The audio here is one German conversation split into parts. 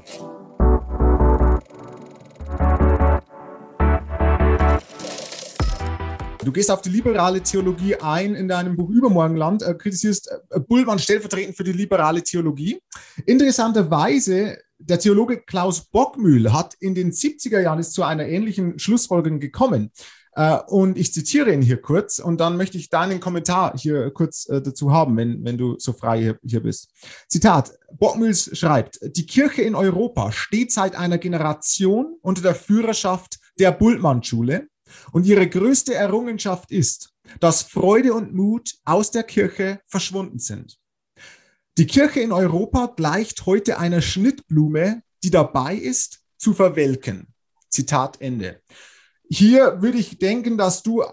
Du gehst auf die liberale Theologie ein in deinem Buch Übermorgenland, kritisierst Bultmann stellvertretend für die liberale Theologie. Interessanterweise, der Theologe Klaus Bockmühl hat in den 70er Jahren ist zu einer ähnlichen Schlussfolgerung gekommen. Und ich zitiere ihn hier kurz und dann möchte ich deinen Kommentar hier kurz dazu haben, wenn du so frei hier bist. Zitat, Bockmühl schreibt, die Kirche in Europa steht seit einer Generation unter der Führerschaft der Bultmann-Schule. Und ihre größte Errungenschaft ist, dass Freude und Mut aus der Kirche verschwunden sind. Die Kirche in Europa gleicht heute einer Schnittblume, die dabei ist, zu verwelken. Zitat Ende. Hier würde ich denken, dass du,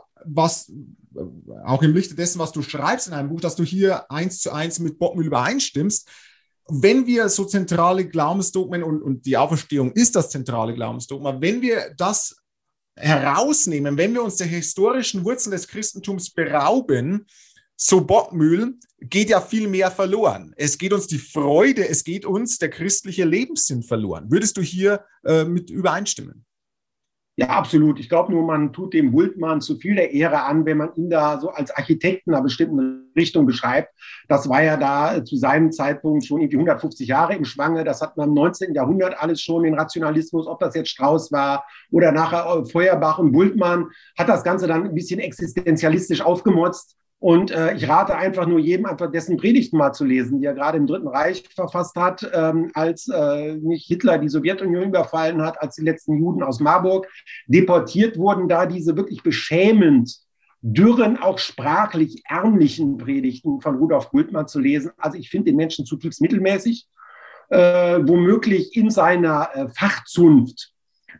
auch im Lichte dessen, was du schreibst in einem Buch, dass du hier 1:1 mit Bockmühl übereinstimmst. Wenn wir so zentrale Glaubensdogmen und die Auferstehung ist das zentrale Glaubensdogma, wenn wir das herausnehmen, wenn wir uns der historischen Wurzeln des Christentums berauben, so Bockmühl, geht ja viel mehr verloren. Es geht uns die Freude, es geht uns der christliche Lebenssinn verloren. Würdest du hier mit übereinstimmen? Ja, absolut. Ich glaube nur, man tut dem Bultmann zu viel der Ehre an, wenn man ihn da so als Architekten einer bestimmten Richtung beschreibt. Das war ja da zu seinem Zeitpunkt schon irgendwie 150 Jahre im Schwange. Das hat man im 19. Jahrhundert alles schon, den Rationalismus, ob das jetzt Strauß war oder nachher Feuerbach und Bultmann, hat das Ganze dann ein bisschen existenzialistisch aufgemotzt. Und ich rate einfach nur jedem, einfach dessen Predigten mal zu lesen, die er gerade im Dritten Reich verfasst hat, als nicht Hitler die Sowjetunion überfallen hat, als die letzten Juden aus Marburg deportiert wurden, da diese wirklich beschämend dürren, auch sprachlich ärmlichen Predigten von Rudolf Bultmann zu lesen. Also ich finde den Menschen zutiefst mittelmäßig, womöglich in seiner Fachzunft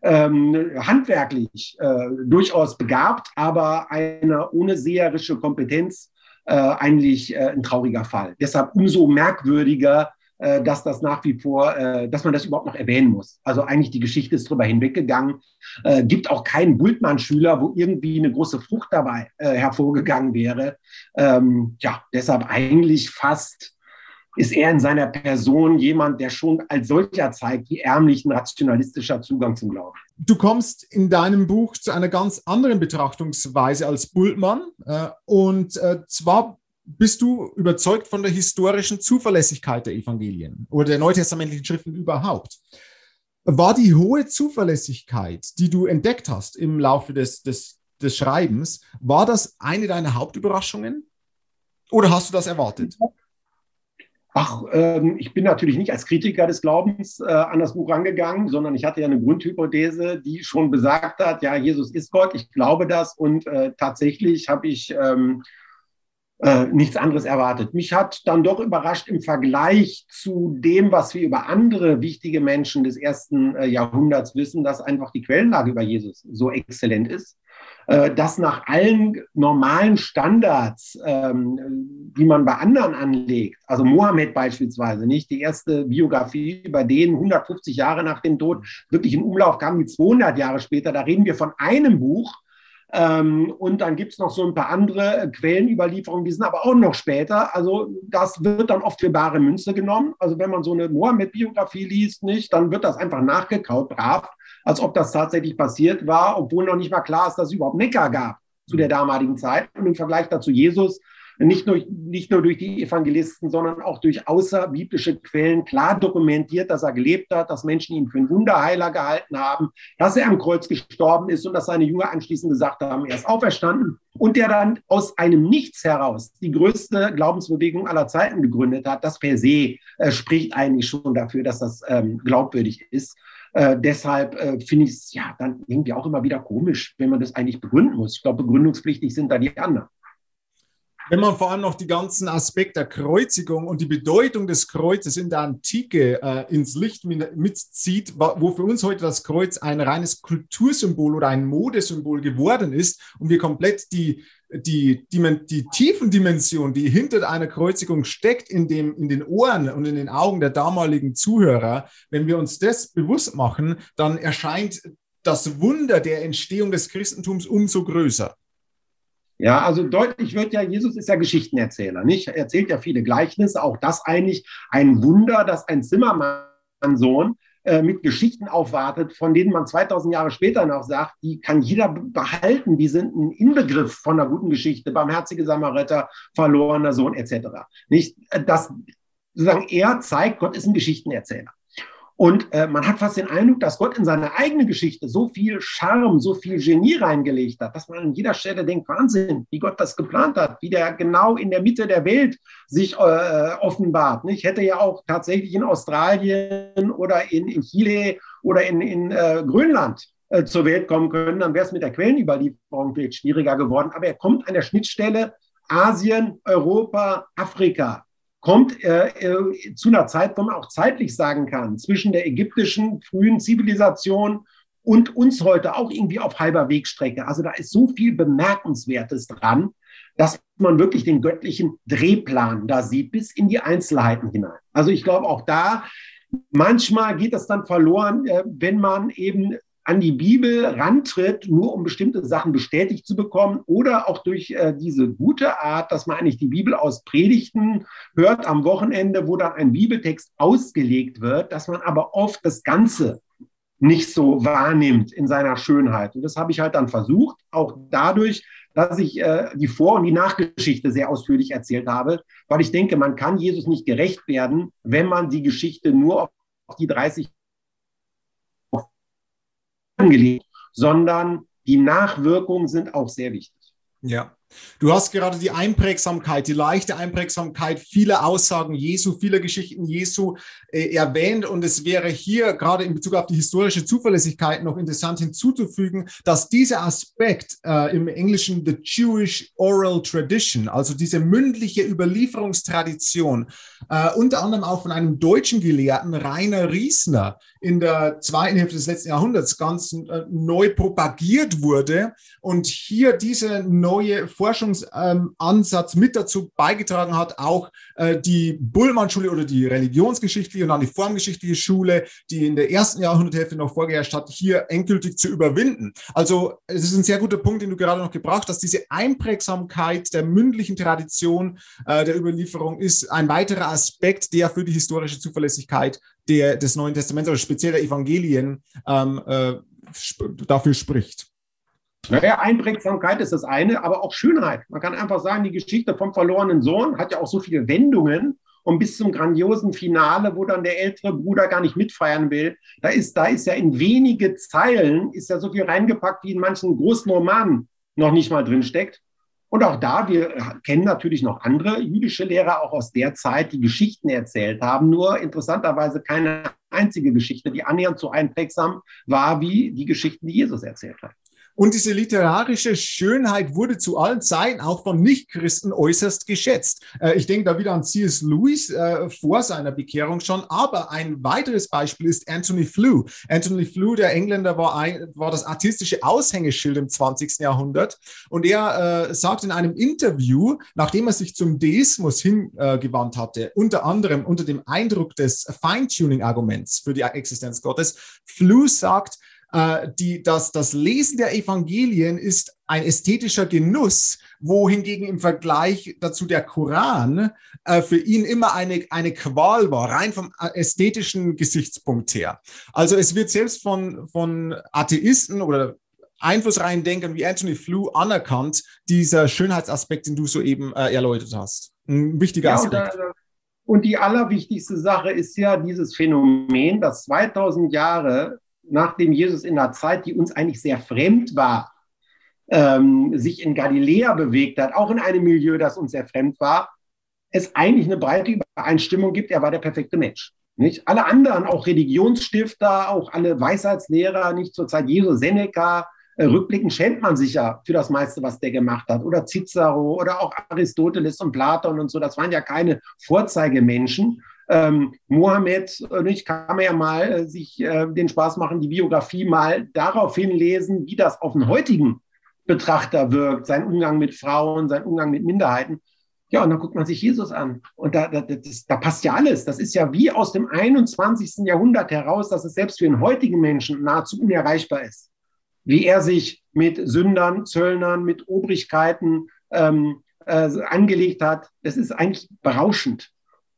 handwerklich durchaus begabt, aber eine ohne seherische Kompetenz eigentlich ein trauriger Fall. Deshalb umso merkwürdiger, dass das nach wie vor, dass man das überhaupt noch erwähnen muss. Also eigentlich die Geschichte ist drüber hinweggegangen. Gibt auch keinen Bultmann-Schüler, wo irgendwie eine große Frucht dabei hervorgegangen wäre. Deshalb eigentlich fast ist er in seiner Person jemand, der schon als solcher zeigt, wie ärmlich ein rationalistischer Zugang zum Glauben. Du kommst in deinem Buch zu einer ganz anderen Betrachtungsweise als Bultmann. Und zwar bist du überzeugt von der historischen Zuverlässigkeit der Evangelien oder der neutestamentlichen Schriften überhaupt. War die hohe Zuverlässigkeit, die du entdeckt hast im Laufe des Schreibens, war das eine deiner Hauptüberraschungen? Oder hast du das erwartet? Ich bin natürlich nicht als Kritiker des Glaubens an das Buch rangegangen, sondern ich hatte ja eine Grundhypothese, die schon besagt hat, ja, Jesus ist Gott, ich glaube das und tatsächlich habe ich nichts anderes erwartet. Mich hat dann doch überrascht im Vergleich zu dem, was wir über andere wichtige Menschen des ersten Jahrhunderts wissen, dass einfach die Quellenlage über Jesus so exzellent ist, dass nach allen normalen Standards, die man bei anderen anlegt, also Mohammed beispielsweise, nicht die erste Biografie über den 150 Jahre nach dem Tod wirklich in Umlauf kam, die 200 Jahre später, da reden wir von einem Buch. Und dann gibt es noch so ein paar andere Quellenüberlieferungen, die sind aber auch noch später. Also das wird dann oft für bare Münze genommen. Also wenn man so eine Mohammed-Biografie liest, nicht, dann wird das einfach nachgekaut, brav, als ob das tatsächlich passiert war, obwohl noch nicht mal klar ist, dass es überhaupt Mekka gab zu der damaligen Zeit. Und im Vergleich dazu Jesus, nicht nur durch die Evangelisten, sondern auch durch außerbiblische Quellen klar dokumentiert, dass er gelebt hat, dass Menschen ihn für einen Wunderheiler gehalten haben, dass er am Kreuz gestorben ist und dass seine Jünger anschließend gesagt haben, er ist auferstanden und der dann aus einem Nichts heraus die größte Glaubensbewegung aller Zeiten gegründet hat. Das per se spricht eigentlich schon dafür, dass das glaubwürdig ist. Deshalb finde ich es ja dann irgendwie auch immer wieder komisch, wenn man das eigentlich begründen muss. Ich glaube, begründungspflichtig sind da die anderen. Wenn man vor allem noch die ganzen Aspekte der Kreuzigung und die Bedeutung des Kreuzes in der Antike ins Licht mitzieht, wo für uns heute das Kreuz ein reines Kultursymbol oder ein Modesymbol geworden ist und wir komplett die Tiefendimension, die hinter einer Kreuzigung steckt, in den Ohren und in den Augen der damaligen Zuhörer, wenn wir uns das bewusst machen, dann erscheint das Wunder der Entstehung des Christentums umso größer. Ja, also deutlich wird ja, Jesus ist ja Geschichtenerzähler, nicht? Er erzählt ja viele Gleichnisse, auch das eigentlich ein Wunder, dass ein Zimmermannssohn mit Geschichten aufwartet, von denen man 2000 Jahre später noch sagt, die kann jeder behalten, die sind ein Inbegriff von einer guten Geschichte, barmherzige Samariter, verlorener Sohn etc. Nicht, dass sozusagen er zeigt, Gott ist ein Geschichtenerzähler. Und man hat fast den Eindruck, dass Gott in seine eigene Geschichte so viel Charme, so viel Genie reingelegt hat, dass man an jeder Stelle denkt, Wahnsinn, wie Gott das geplant hat, wie der genau in der Mitte der Welt sich offenbart. Ich hätte ja auch tatsächlich in Australien oder in Chile oder in Grönland zur Welt kommen können, dann wäre es mit der Quellenüberlieferung viel schwieriger geworden. Aber er kommt an der Schnittstelle Asien, Europa, Afrika. Kommt zu einer Zeit, wo man auch zeitlich sagen kann, zwischen der ägyptischen frühen Zivilisation und uns heute auch irgendwie auf halber Wegstrecke. Also da ist so viel Bemerkenswertes dran, dass man wirklich den göttlichen Drehplan da sieht, bis in die Einzelheiten hinein. Also ich glaube auch da, manchmal geht das dann verloren, wenn man eben an die Bibel rantritt, nur um bestimmte Sachen bestätigt zu bekommen oder auch durch diese gute Art, dass man eigentlich die Bibel aus Predigten hört am Wochenende, wo dann ein Bibeltext ausgelegt wird, dass man aber oft das Ganze nicht so wahrnimmt in seiner Schönheit. Und das habe ich halt dann versucht, auch dadurch, dass ich die Vor- und die Nachgeschichte sehr ausführlich erzählt habe, weil ich denke, man kann Jesus nicht gerecht werden, wenn man die Geschichte nur auf die 30 angelegt, sondern die Nachwirkungen sind auch sehr wichtig. Ja, du hast gerade die Einprägsamkeit, die leichte Einprägsamkeit vieler Aussagen Jesu, vieler Geschichten Jesu erwähnt. Und es wäre hier gerade in Bezug auf die historische Zuverlässigkeit noch interessant hinzuzufügen, dass dieser Aspekt im Englischen the Jewish Oral Tradition, also diese mündliche Überlieferungstradition, unter anderem auch von einem deutschen Gelehrten, Rainer Riesner, in der zweiten Hälfte des letzten Jahrhunderts ganz neu propagiert wurde und hier diese neue Forschungsansatz mit dazu beigetragen hat, auch die Bullmann-Schule oder die religionsgeschichtliche und dann die formgeschichtliche Schule, die in der ersten Jahrhunderthälfte noch vorgeherrscht hat, hier endgültig zu überwinden. Also es ist ein sehr guter Punkt, den du gerade noch gebracht hast. Diese Einprägsamkeit der mündlichen Tradition der Überlieferung ist ein weiterer Aspekt, der für die historische Zuverlässigkeit des Neuen Testaments oder speziell der Evangelien dafür spricht. Naja, Einprägsamkeit ist das eine, aber auch Schönheit. Man kann einfach sagen, die Geschichte vom verlorenen Sohn hat ja auch so viele Wendungen und bis zum grandiosen Finale, wo dann der ältere Bruder gar nicht mitfeiern will, da ist ja in wenige Zeilen ist ja so viel reingepackt, wie in manchen großen Romanen noch nicht mal drin steckt. Und auch da, wir kennen natürlich noch andere jüdische Lehrer auch aus der Zeit, die Geschichten erzählt haben, nur interessanterweise keine einzige Geschichte, die annähernd so einprägsam war wie die Geschichten, die Jesus erzählt hat. Und diese literarische Schönheit wurde zu allen Zeiten auch von Nichtchristen äußerst geschätzt. Ich denke da wieder an C.S. Lewis vor seiner Bekehrung schon, aber ein weiteres Beispiel ist Anthony Flew. Anthony Flew, der Engländer, war das artistische Aushängeschild im 20. Jahrhundert und er sagt in einem Interview, nachdem er sich zum Deismus hingewandt hatte, unter anderem unter dem Eindruck des Feintuning-Arguments für die Existenz Gottes, Flew sagt, das Lesen der Evangelien ist ein ästhetischer Genuss, wohingegen im Vergleich dazu der Koran für ihn immer eine Qual war, rein vom ästhetischen Gesichtspunkt her. Also es wird selbst von Atheisten oder einflussreichen Denkern wie Anthony Flew anerkannt, dieser Schönheitsaspekt, den du soeben erläutert hast. Ein wichtiger Aspekt. Und die allerwichtigste Sache ist ja dieses Phänomen, dass 2000 Jahre nachdem Jesus in einer Zeit, die uns eigentlich sehr fremd war, sich in Galiläa bewegt hat, auch in einem Milieu, das uns sehr fremd war, es eigentlich eine breite Übereinstimmung gibt, er war der perfekte Mensch. Nicht? Alle anderen, auch Religionsstifter, auch alle Weisheitslehrer, nicht zur Zeit Jesu, Seneca, rückblickend schämt man sich ja für das meiste, was der gemacht hat. Oder Cicero oder auch Aristoteles und Platon und so, das waren ja keine Vorzeigemenschen. Mohammed, ich kann mir ja mal sich den Spaß machen, die Biografie mal darauf hinlesen, wie das auf den heutigen Betrachter wirkt, sein Umgang mit Frauen, sein Umgang mit Minderheiten. Ja, und dann guckt man sich Jesus an. Und da passt ja alles. Das ist ja wie aus dem 21. Jahrhundert heraus, dass es selbst für den heutigen Menschen nahezu unerreichbar ist. Wie er sich mit Sündern, Zöllnern, mit Obrigkeiten angelegt hat, das ist eigentlich berauschend.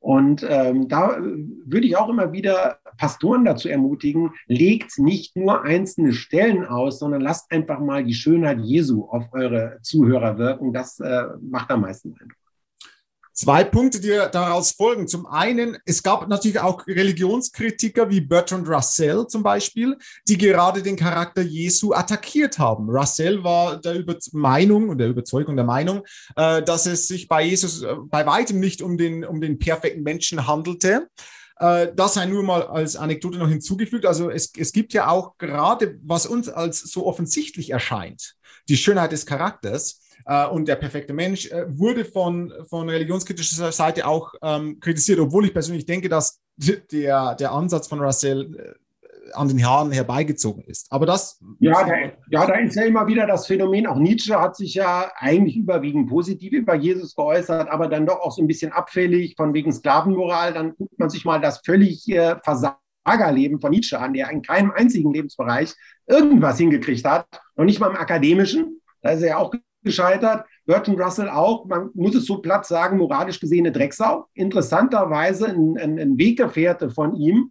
Und da würde ich auch immer wieder Pastoren dazu ermutigen, legt nicht nur einzelne Stellen aus, sondern lasst einfach mal die Schönheit Jesu auf eure Zuhörer wirken. Das macht am meisten Eindruck. Zwei Punkte, die daraus folgen. Zum einen, es gab natürlich auch Religionskritiker wie Bertrand Russell zum Beispiel, die gerade den Charakter Jesu attackiert haben. Russell war der Überzeugung der Meinung, dass es sich bei Jesus bei weitem nicht um den perfekten Menschen handelte. Das sei nur mal als Anekdote noch hinzugefügt. Also es gibt ja auch gerade, was uns als so offensichtlich erscheint, die Schönheit des Charakters, und der perfekte Mensch wurde von religionskritischer Seite auch kritisiert, obwohl ich persönlich denke, dass der Ansatz von Russell an den Haaren herbeigezogen ist. Aber das... Da ist ja immer wieder das Phänomen, auch Nietzsche hat sich ja eigentlich überwiegend positiv über Jesus geäußert, aber dann doch auch so ein bisschen abfällig von wegen Sklavenmoral. Dann guckt man sich mal das völlig Versagerleben von Nietzsche an, der in keinem einzigen Lebensbereich irgendwas hingekriegt hat, noch nicht mal im Akademischen. Da ist er ja auch gescheitert. Bertrand Russell auch, man muss es so platt sagen, moralisch gesehen eine Drecksau. Interessanterweise ein Weggefährte von ihm,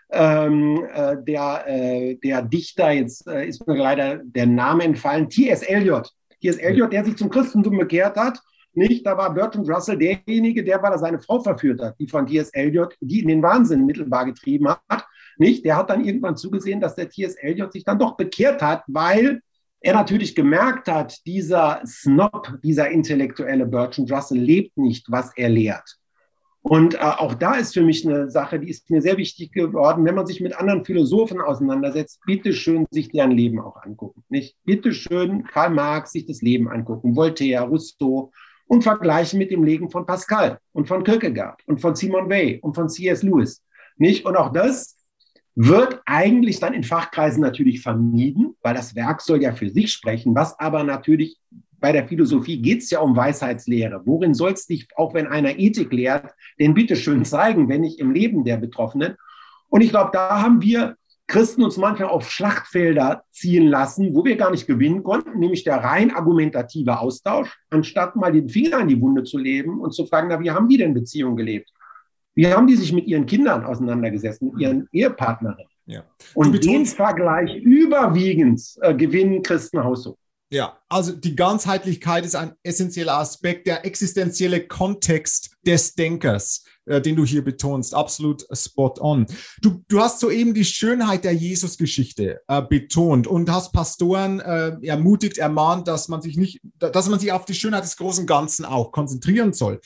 der Dichter, jetzt ist mir leider der Name entfallen, T.S. Eliot. T.S. Eliot, der sich zum Christentum bekehrt hat, nicht? Da war Bertrand Russell derjenige, der weil er seine Frau verführt hat, die von T.S. Eliot, die in den Wahnsinn mittelbar getrieben hat, nicht? Der hat dann irgendwann zugesehen, dass der T.S. Eliot sich dann doch bekehrt hat, weil er natürlich gemerkt hat, dieser Snob, dieser intellektuelle Bertrand Russell lebt nicht, was er lehrt. Und auch da ist für mich eine Sache, die ist mir sehr wichtig geworden, wenn man sich mit anderen Philosophen auseinandersetzt, bitteschön sich deren Leben auch angucken. Nicht? Bitteschön Karl Marx sich das Leben angucken, Voltaire, Rousseau und vergleichen mit dem Leben von Pascal und von Kierkegaard und von Simone Weil und von C.S. Lewis. Nicht? Und auch das wird eigentlich dann in Fachkreisen natürlich vermieden, weil das Werk soll ja für sich sprechen, was aber natürlich bei der Philosophie geht es ja um Weisheitslehre. Worin soll es dich, auch wenn einer Ethik lehrt, denn bitteschön zeigen, wenn nicht im Leben der Betroffenen? Und ich glaube, da haben wir Christen uns manchmal auf Schlachtfelder ziehen lassen, wo wir gar nicht gewinnen konnten, nämlich der rein argumentative Austausch, anstatt mal den Finger in die Wunde zu leben und zu fragen, na, wie haben die denn Beziehungen gelebt? Wie haben die sich mit ihren Kindern auseinandergesetzt, mit ihren Ehepartnerinnen? Ja. Und den Vergleich überwiegend gewinnen Christen haushoch. Ja, also die Ganzheitlichkeit ist ein essentieller Aspekt, der existenzielle Kontext des Denkers, den du hier betonst, absolut spot on. Du hast soeben die Schönheit der Jesusgeschichte betont und hast Pastoren ermutigt, ermahnt, dass man sich auf die Schönheit des großen Ganzen auch konzentrieren soll.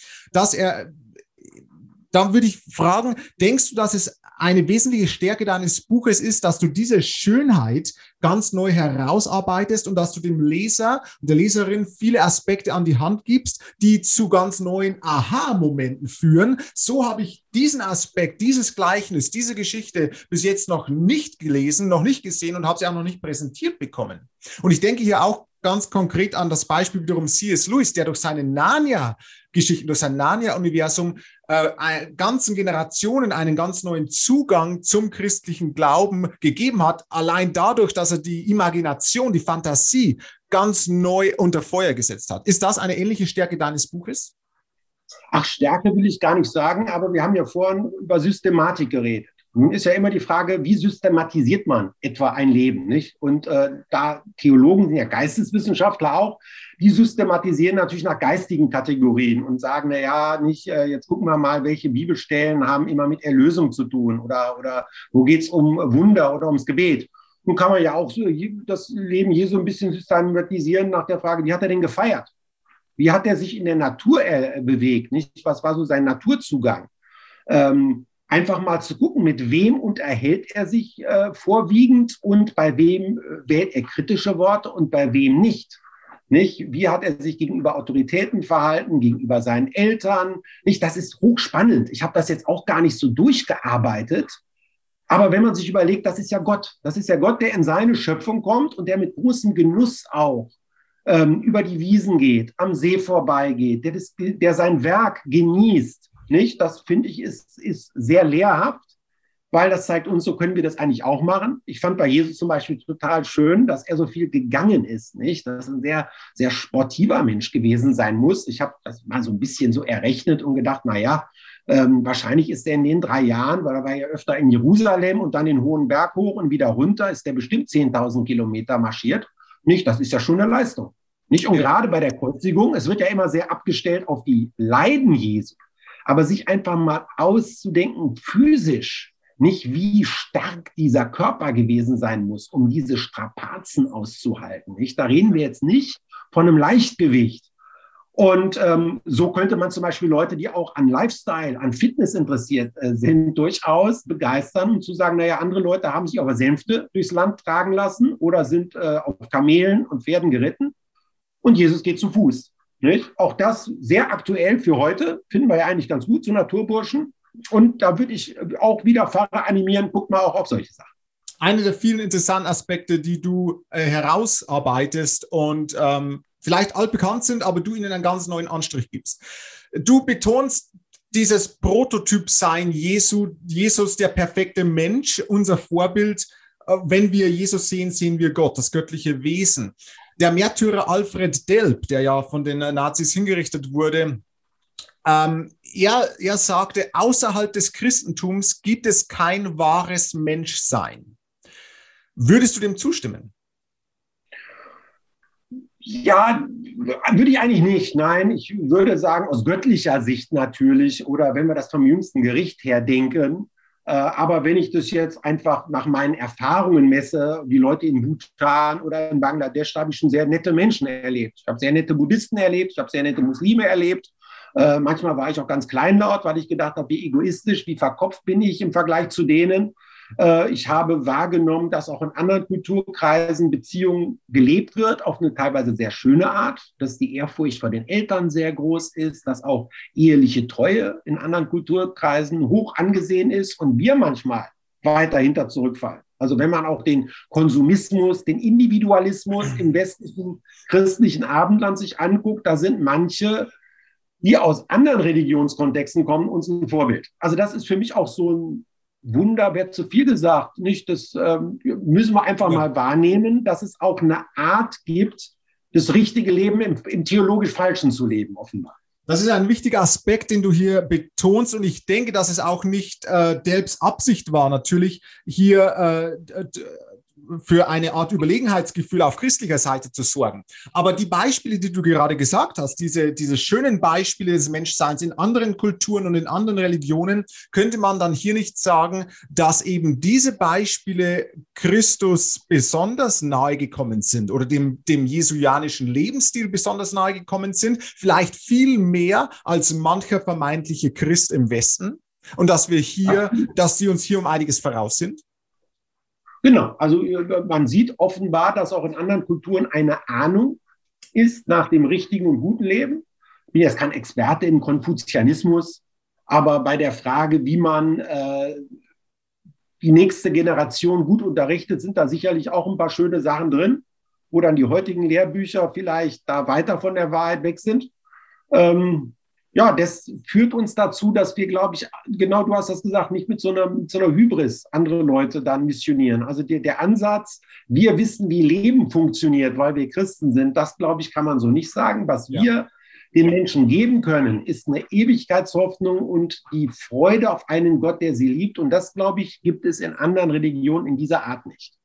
Dann würde ich fragen, denkst du, dass es eine wesentliche Stärke deines Buches ist, dass du diese Schönheit ganz neu herausarbeitest und dass du dem Leser und der Leserin viele Aspekte an die Hand gibst, die zu ganz neuen Aha-Momenten führen? So habe ich diesen Aspekt, dieses Gleichnis, diese Geschichte bis jetzt noch nicht gelesen, noch nicht gesehen und habe sie auch noch nicht präsentiert bekommen. Und ich denke hier auch ganz konkret an das Beispiel wiederum C.S. Lewis, der durch seine Narnia-Geschichten, durch sein Narnia-Universum ganzen Generationen einen ganz neuen Zugang zum christlichen Glauben gegeben hat, allein dadurch, dass er die Imagination, die Fantasie ganz neu unter Feuer gesetzt hat. Ist das eine ähnliche Stärke deines Buches? Ach, Stärke will ich gar nicht sagen, aber wir haben ja vorhin über Systematik geredet. Nun ist ja immer die Frage, wie systematisiert man etwa ein Leben, nicht? Und da Theologen sind ja Geisteswissenschaftler auch, die systematisieren natürlich nach geistigen Kategorien und sagen, na ja, nicht, jetzt gucken wir mal, welche Bibelstellen haben immer mit Erlösung zu tun oder wo geht es um Wunder oder ums Gebet. Nun kann man ja auch so das Leben Jesu ein bisschen systematisieren nach der Frage, wie hat er denn gefeiert? Wie hat er sich in der Natur bewegt, nicht? Was war so sein Naturzugang? Einfach mal zu gucken, mit wem unterhält er sich vorwiegend und bei wem wählt er kritische Worte und bei wem nicht. Nicht? Wie hat er sich gegenüber Autoritäten verhalten, gegenüber seinen Eltern? Nicht? Das ist hochspannend. Ich habe das jetzt auch gar nicht so durchgearbeitet. Aber wenn man sich überlegt, das ist ja Gott. Das ist ja Gott, der in seine Schöpfung kommt und der mit großem Genuss auch über die Wiesen geht, am See vorbeigeht, der sein Werk genießt. Nicht? Das finde ich ist sehr lehrhaft, weil das zeigt uns, so können wir das eigentlich auch machen. Ich fand bei Jesus zum Beispiel total schön, dass er so viel gegangen ist, nicht? Dass er ein sehr, sehr sportiver Mensch gewesen sein muss. Ich habe das mal so ein bisschen so errechnet und gedacht, naja, Wahrscheinlich ist er in den 3 Jahren, weil er war ja öfter in Jerusalem und dann den Hohen Berg hoch und wieder runter, ist der bestimmt 10.000 Kilometer marschiert. Nicht, das ist ja schon eine Leistung. Nicht, und gerade bei der Kreuzigung, es wird ja immer sehr abgestellt auf die Leiden Jesu, aber sich einfach mal auszudenken, physisch, nicht wie stark dieser Körper gewesen sein muss, um diese Strapazen auszuhalten. Nicht? Da reden wir jetzt nicht von einem Leichtgewicht. Und so könnte man zum Beispiel Leute, die auch an Lifestyle, an Fitness interessiert sind, durchaus begeistern und zu sagen, naja, andere Leute haben sich aber Sänfte durchs Land tragen lassen oder sind auf Kamelen und Pferden geritten und Jesus geht zu Fuß. Nicht? Auch das sehr aktuell für heute, finden wir ja eigentlich ganz gut, so Naturburschen. Und da würde ich auch wieder Fahrer animieren, guckt mal auch auf solche Sachen. Einer der vielen interessanten Aspekte, die du herausarbeitest und vielleicht altbekannt sind, aber du ihnen einen ganz neuen Anstrich gibst. Du betonst dieses Prototyp-Sein Jesus, der perfekte Mensch, unser Vorbild. Wenn wir Jesus sehen, sehen wir Gott, das göttliche Wesen. Der Märtyrer Alfred Delp, der ja von den Nazis hingerichtet wurde, er sagte, außerhalb des Christentums gibt es kein wahres Menschsein. Würdest du dem zustimmen? Ja, würde ich eigentlich nicht. Nein, ich würde sagen, aus göttlicher Sicht natürlich oder wenn wir das vom jüngsten Gericht her denken. Aber wenn ich das jetzt einfach nach meinen Erfahrungen messe, die Leute in Bhutan oder in Bangladesch, da habe ich schon sehr nette Menschen erlebt. Ich habe sehr nette Buddhisten erlebt, ich habe sehr nette Muslime erlebt. Manchmal war ich auch ganz kleinlaut, weil ich gedacht habe, wie egoistisch, wie verkopft bin ich im Vergleich zu denen. Ich habe wahrgenommen, dass auch in anderen Kulturkreisen Beziehung gelebt wird, auf eine teilweise sehr schöne Art, dass die Ehrfurcht vor den Eltern sehr groß ist, dass auch eheliche Treue in anderen Kulturkreisen hoch angesehen ist und wir manchmal weiter hinter zurückfallen. Also wenn man auch den Konsumismus, den Individualismus im westlichen christlichen Abendland sich anguckt, da sind manche, die aus anderen Religionskontexten kommen, uns ein Vorbild. Also das ist für mich auch so ein Wunder, wird zu viel gesagt. Nicht, das müssen wir einfach mal wahrnehmen, dass es auch eine Art gibt, das richtige Leben im theologisch Falschen zu leben, offenbar. Das ist ein wichtiger Aspekt, den du hier betonst. Und ich denke, dass es auch nicht Delps Absicht war, natürlich hier für eine Art Überlegenheitsgefühl auf christlicher Seite zu sorgen. Aber die Beispiele, die du gerade gesagt hast, diese schönen Beispiele des Menschseins in anderen Kulturen und in anderen Religionen, könnte man dann hier nicht sagen, dass eben diese Beispiele Christus besonders nahe gekommen sind oder dem jesuianischen Lebensstil besonders nahe gekommen sind, vielleicht viel mehr als mancher vermeintliche Christ im Westen und dass sie uns hier um einiges voraus sind? Genau, also man sieht offenbar, dass auch in anderen Kulturen eine Ahnung ist nach dem richtigen und guten Leben. Ich bin jetzt kein Experte im Konfuzianismus, aber bei der Frage, wie man die nächste Generation gut unterrichtet, sind da sicherlich auch ein paar schöne Sachen drin, wo dann die heutigen Lehrbücher vielleicht da weiter von der Wahrheit weg sind. Ja, das führt uns dazu, dass wir, glaube ich, genau du hast das gesagt, nicht mit so einer Hybris andere Leute dann missionieren. Also der Ansatz, wir wissen, wie Leben funktioniert, weil wir Christen sind, das, glaube ich, kann man so nicht sagen. Was wir den Menschen geben können, ist eine Ewigkeitshoffnung und die Freude auf einen Gott, der sie liebt. Und das, glaube ich, gibt es in anderen Religionen in dieser Art nicht.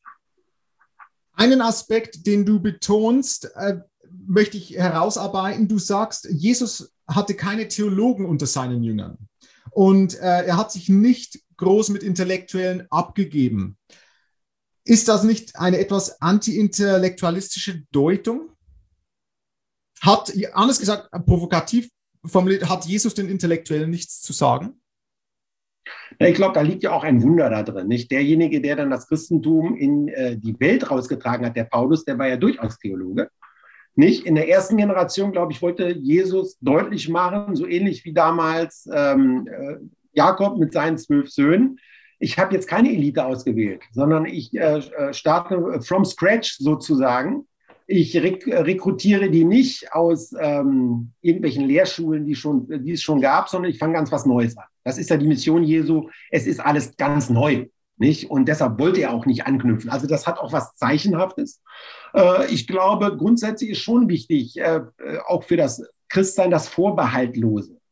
Einen Aspekt, den du betonst, möchte ich herausarbeiten. Du sagst, Jesus hatte keine Theologen unter seinen Jüngern und er hat sich nicht groß mit Intellektuellen abgegeben. Ist das nicht eine etwas anti-intellektualistische Deutung? Anders gesagt, provokativ formuliert, hat Jesus den Intellektuellen nichts zu sagen? Ich glaube, da liegt ja auch ein Wunder da drin. Nicht? Derjenige, der dann das Christentum in die Welt rausgetragen hat, der Paulus, der war ja durchaus Theologe. Nicht? In der ersten Generation, glaube ich, wollte Jesus deutlich machen, so ähnlich wie damals Jakob mit seinen 12 Söhnen. Ich habe jetzt keine Elite ausgewählt, sondern ich starte from scratch sozusagen. Ich rekrutiere die nicht aus irgendwelchen Lehrschulen, die es schon gab, sondern ich fange ganz was Neues an. Das ist ja die Mission Jesu. Es ist alles ganz neu. Nicht? Und deshalb wollte er auch nicht anknüpfen. Also das hat auch was Zeichenhaftes. Ich glaube, grundsätzlich ist schon wichtig, auch für das Christsein, das Vorbehaltlose.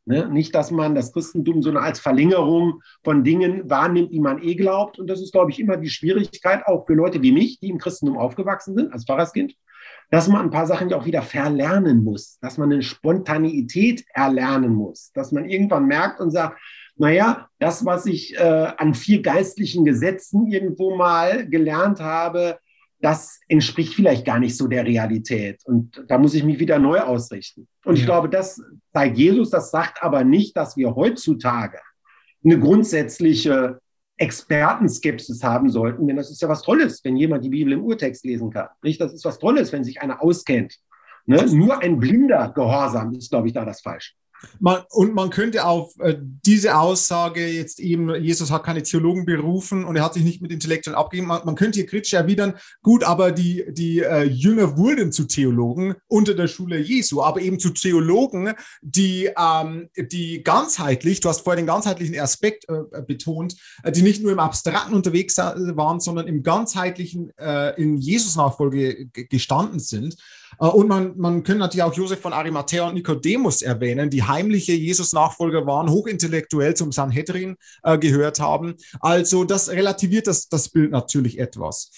Ne? Nicht, dass man das Christentum so als Verlängerung von Dingen wahrnimmt, die man glaubt. Und das ist, glaube ich, immer die Schwierigkeit, auch für Leute wie mich, die im Christentum aufgewachsen sind, als Pfarrerskind, dass man ein paar Sachen ja auch wieder verlernen muss, dass man eine Spontaneität erlernen muss, dass man irgendwann merkt und sagt, naja, das, was ich an 4 geistlichen Gesetzen irgendwo mal gelernt habe, das entspricht vielleicht gar nicht so der Realität. Und da muss ich mich wieder neu ausrichten. Und ich glaube, das zeigt Jesus, das sagt aber nicht, dass wir heutzutage eine grundsätzliche Expertenskepsis haben sollten, denn das ist ja was Tolles, wenn jemand die Bibel im Urtext lesen kann. Nicht? Das ist was Tolles, wenn sich einer auskennt. Ne? Nur ein blinder Gehorsam ist, glaube ich, da das Falsche. Man könnte auf diese Aussage jetzt eben, Jesus hat keine Theologen berufen und er hat sich nicht mit Intellektuellen abgegeben, man könnte hier kritisch erwidern, gut, aber die Jünger wurden zu Theologen unter der Schule Jesu, aber eben zu Theologen, die ganzheitlich, du hast vorher den ganzheitlichen Aspekt betont, die nicht nur im Abstrakten unterwegs waren, sondern im ganzheitlichen in Jesus-Nachfolge gestanden sind. Und man könnte natürlich auch Josef von Arimathäa und Nikodemus erwähnen, die heimliche Jesus-Nachfolger waren, hochintellektuell zum Sanhedrin gehört haben. Also das relativiert das Bild natürlich etwas.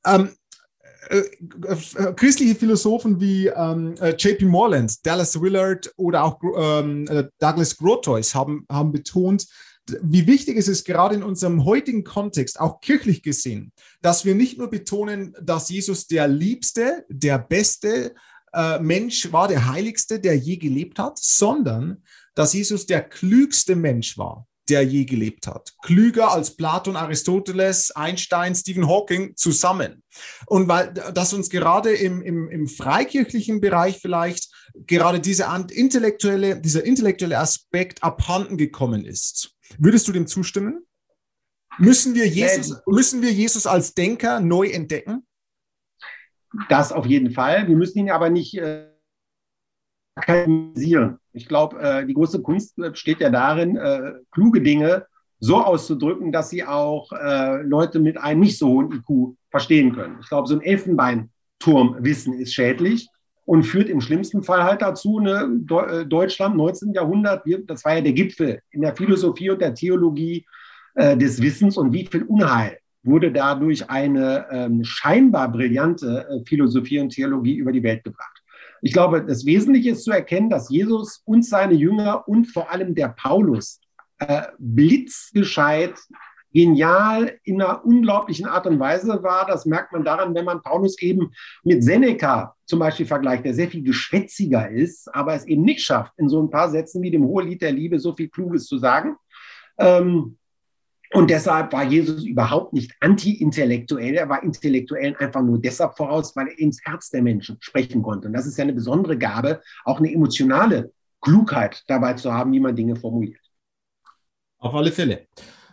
Christliche Philosophen wie J.P. Moreland, Dallas Willard oder auch Douglas Groothuis haben betont, wie wichtig es ist, gerade in unserem heutigen Kontext, auch kirchlich gesehen, dass wir nicht nur betonen, dass Jesus der liebste, der beste Mensch war, der heiligste, der je gelebt hat, sondern dass Jesus der klügste Mensch war, der je gelebt hat. Klüger als Platon, Aristoteles, Einstein, Stephen Hawking zusammen. Und weil das uns gerade im freikirchlichen Bereich vielleicht gerade dieser intellektuelle Aspekt abhanden gekommen ist. Würdest du dem zustimmen? Müssen wir Jesus als Denker neu entdecken? Das auf jeden Fall. Wir müssen ihn aber nicht akademisieren. Ich glaube, die große Kunst besteht ja darin, kluge Dinge so auszudrücken, dass sie auch Leute mit einem nicht so hohen IQ verstehen können. Ich glaube, so ein Elfenbeinturmwissen ist schädlich und führt im schlimmsten Fall halt dazu, Deutschland 19. Jahrhundert, das war ja der Gipfel in der Philosophie und der Theologie des Wissens, und wie viel Unheil wurde dadurch eine scheinbar brillante Philosophie und Theologie über die Welt gebracht. Ich glaube, das Wesentliche ist zu erkennen, dass Jesus und seine Jünger und vor allem der Paulus blitzgescheit, genial, in einer unglaublichen Art und Weise war. Das merkt man daran, wenn man Paulus eben mit Seneca zum Beispiel vergleicht, der sehr viel geschwätziger ist, aber es eben nicht schafft, in so ein paar Sätzen wie dem Hohelied der Liebe so viel Kluges zu sagen. Und deshalb war Jesus überhaupt nicht anti-intellektuell. Er war Intellektuellen einfach nur deshalb voraus, weil er ins Herz der Menschen sprechen konnte. Und das ist ja eine besondere Gabe, auch eine emotionale Klugheit dabei zu haben, wie man Dinge formuliert. Auf alle Fälle.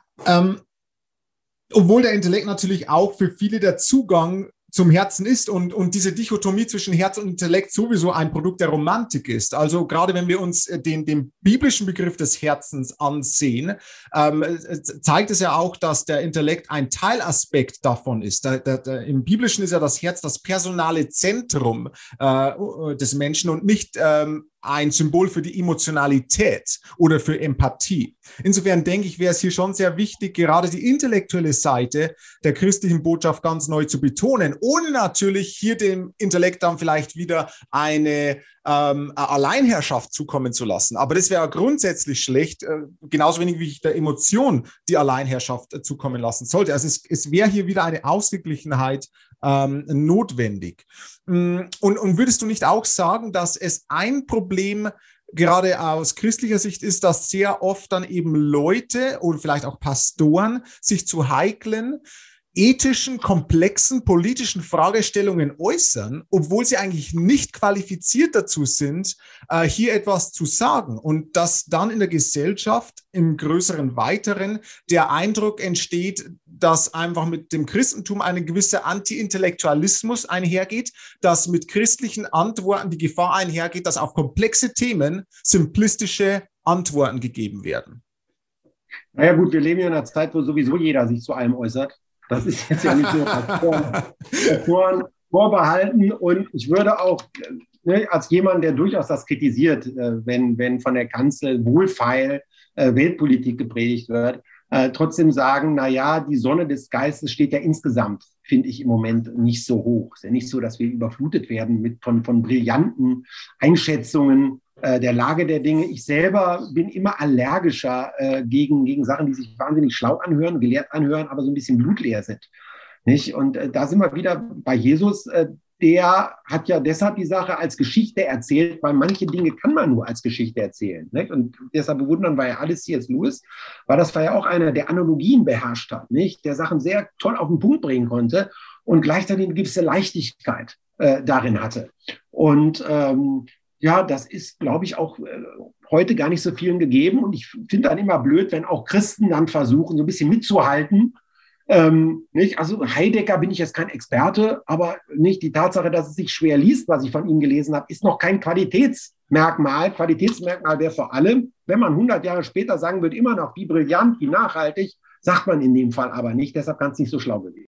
Obwohl der Intellekt natürlich auch für viele der Zugang zum Herzen ist und diese Dichotomie zwischen Herz und Intellekt sowieso ein Produkt der Romantik ist. Also gerade wenn wir uns den biblischen Begriff des Herzens ansehen, zeigt es ja auch, dass der Intellekt ein Teilaspekt davon ist. Im Biblischen ist ja das Herz das personale Zentrum des Menschen und nicht ein Symbol für die Emotionalität oder für Empathie. Insofern denke ich, wäre es hier schon sehr wichtig, gerade die intellektuelle Seite der christlichen Botschaft ganz neu zu betonen, ohne natürlich hier dem Intellekt dann vielleicht wieder eine Alleinherrschaft zukommen zu lassen. Aber das wäre grundsätzlich schlecht, genauso wenig wie ich der Emotion die Alleinherrschaft zukommen lassen sollte. Also es wäre hier wieder eine Ausgeglichenheit notwendig. Und würdest du nicht auch sagen, dass es ein Problem gerade aus christlicher Sicht ist, dass sehr oft dann eben Leute oder vielleicht auch Pastoren sich zu heiklen, ethischen, komplexen politischen Fragestellungen äußern, obwohl sie eigentlich nicht qualifiziert dazu sind, hier etwas zu sagen. Und dass dann in der Gesellschaft im größeren Weiteren der Eindruck entsteht, dass einfach mit dem Christentum ein gewisser Anti-Intellektualismus einhergeht, dass mit christlichen Antworten die Gefahr einhergeht, dass auf komplexe Themen simplistische Antworten gegeben werden. Naja gut, wir leben ja in einer Zeit, wo sowieso jeder sich zu allem äußert. Das ist jetzt ja nicht so vorbehalten. Und ich würde auch ne, als jemand, der durchaus das kritisiert, wenn von der Kanzel wohlfeil Weltpolitik gepredigt wird, trotzdem sagen, naja, die Sonne des Geistes steht ja insgesamt, finde ich, im Moment nicht so hoch. Es ist ja nicht so, dass wir überflutet werden von brillanten Einschätzungen der Lage der Dinge. Ich selber bin immer allergischer gegen Sachen, die sich wahnsinnig schlau anhören, gelehrt anhören, aber so ein bisschen blutleer sind. Nicht? Und da sind wir wieder bei Jesus. Der hat ja deshalb die Sache als Geschichte erzählt, weil manche Dinge kann man nur als Geschichte erzählen. Nicht? Und deshalb bewundern wir ja alles C.S. Lewis, weil das war ja auch einer, der Analogien beherrscht hat, nicht? Der Sachen sehr toll auf den Punkt bringen konnte und gleichzeitig eine gewisse Leichtigkeit darin hatte. Und ja, das ist, glaube ich, auch heute gar nicht so vielen gegeben. Und ich finde dann immer blöd, wenn auch Christen dann versuchen, so ein bisschen mitzuhalten. Nicht? Also Heidegger bin ich jetzt kein Experte, aber nicht die Tatsache, dass es sich schwer liest, was ich von ihm gelesen habe, ist noch kein Qualitätsmerkmal. Qualitätsmerkmal wäre vor allem, wenn man 100 Jahre später sagen würde, immer noch, wie brillant, wie nachhaltig, sagt man in dem Fall aber nicht. Deshalb kann es nicht so schlau gewesen.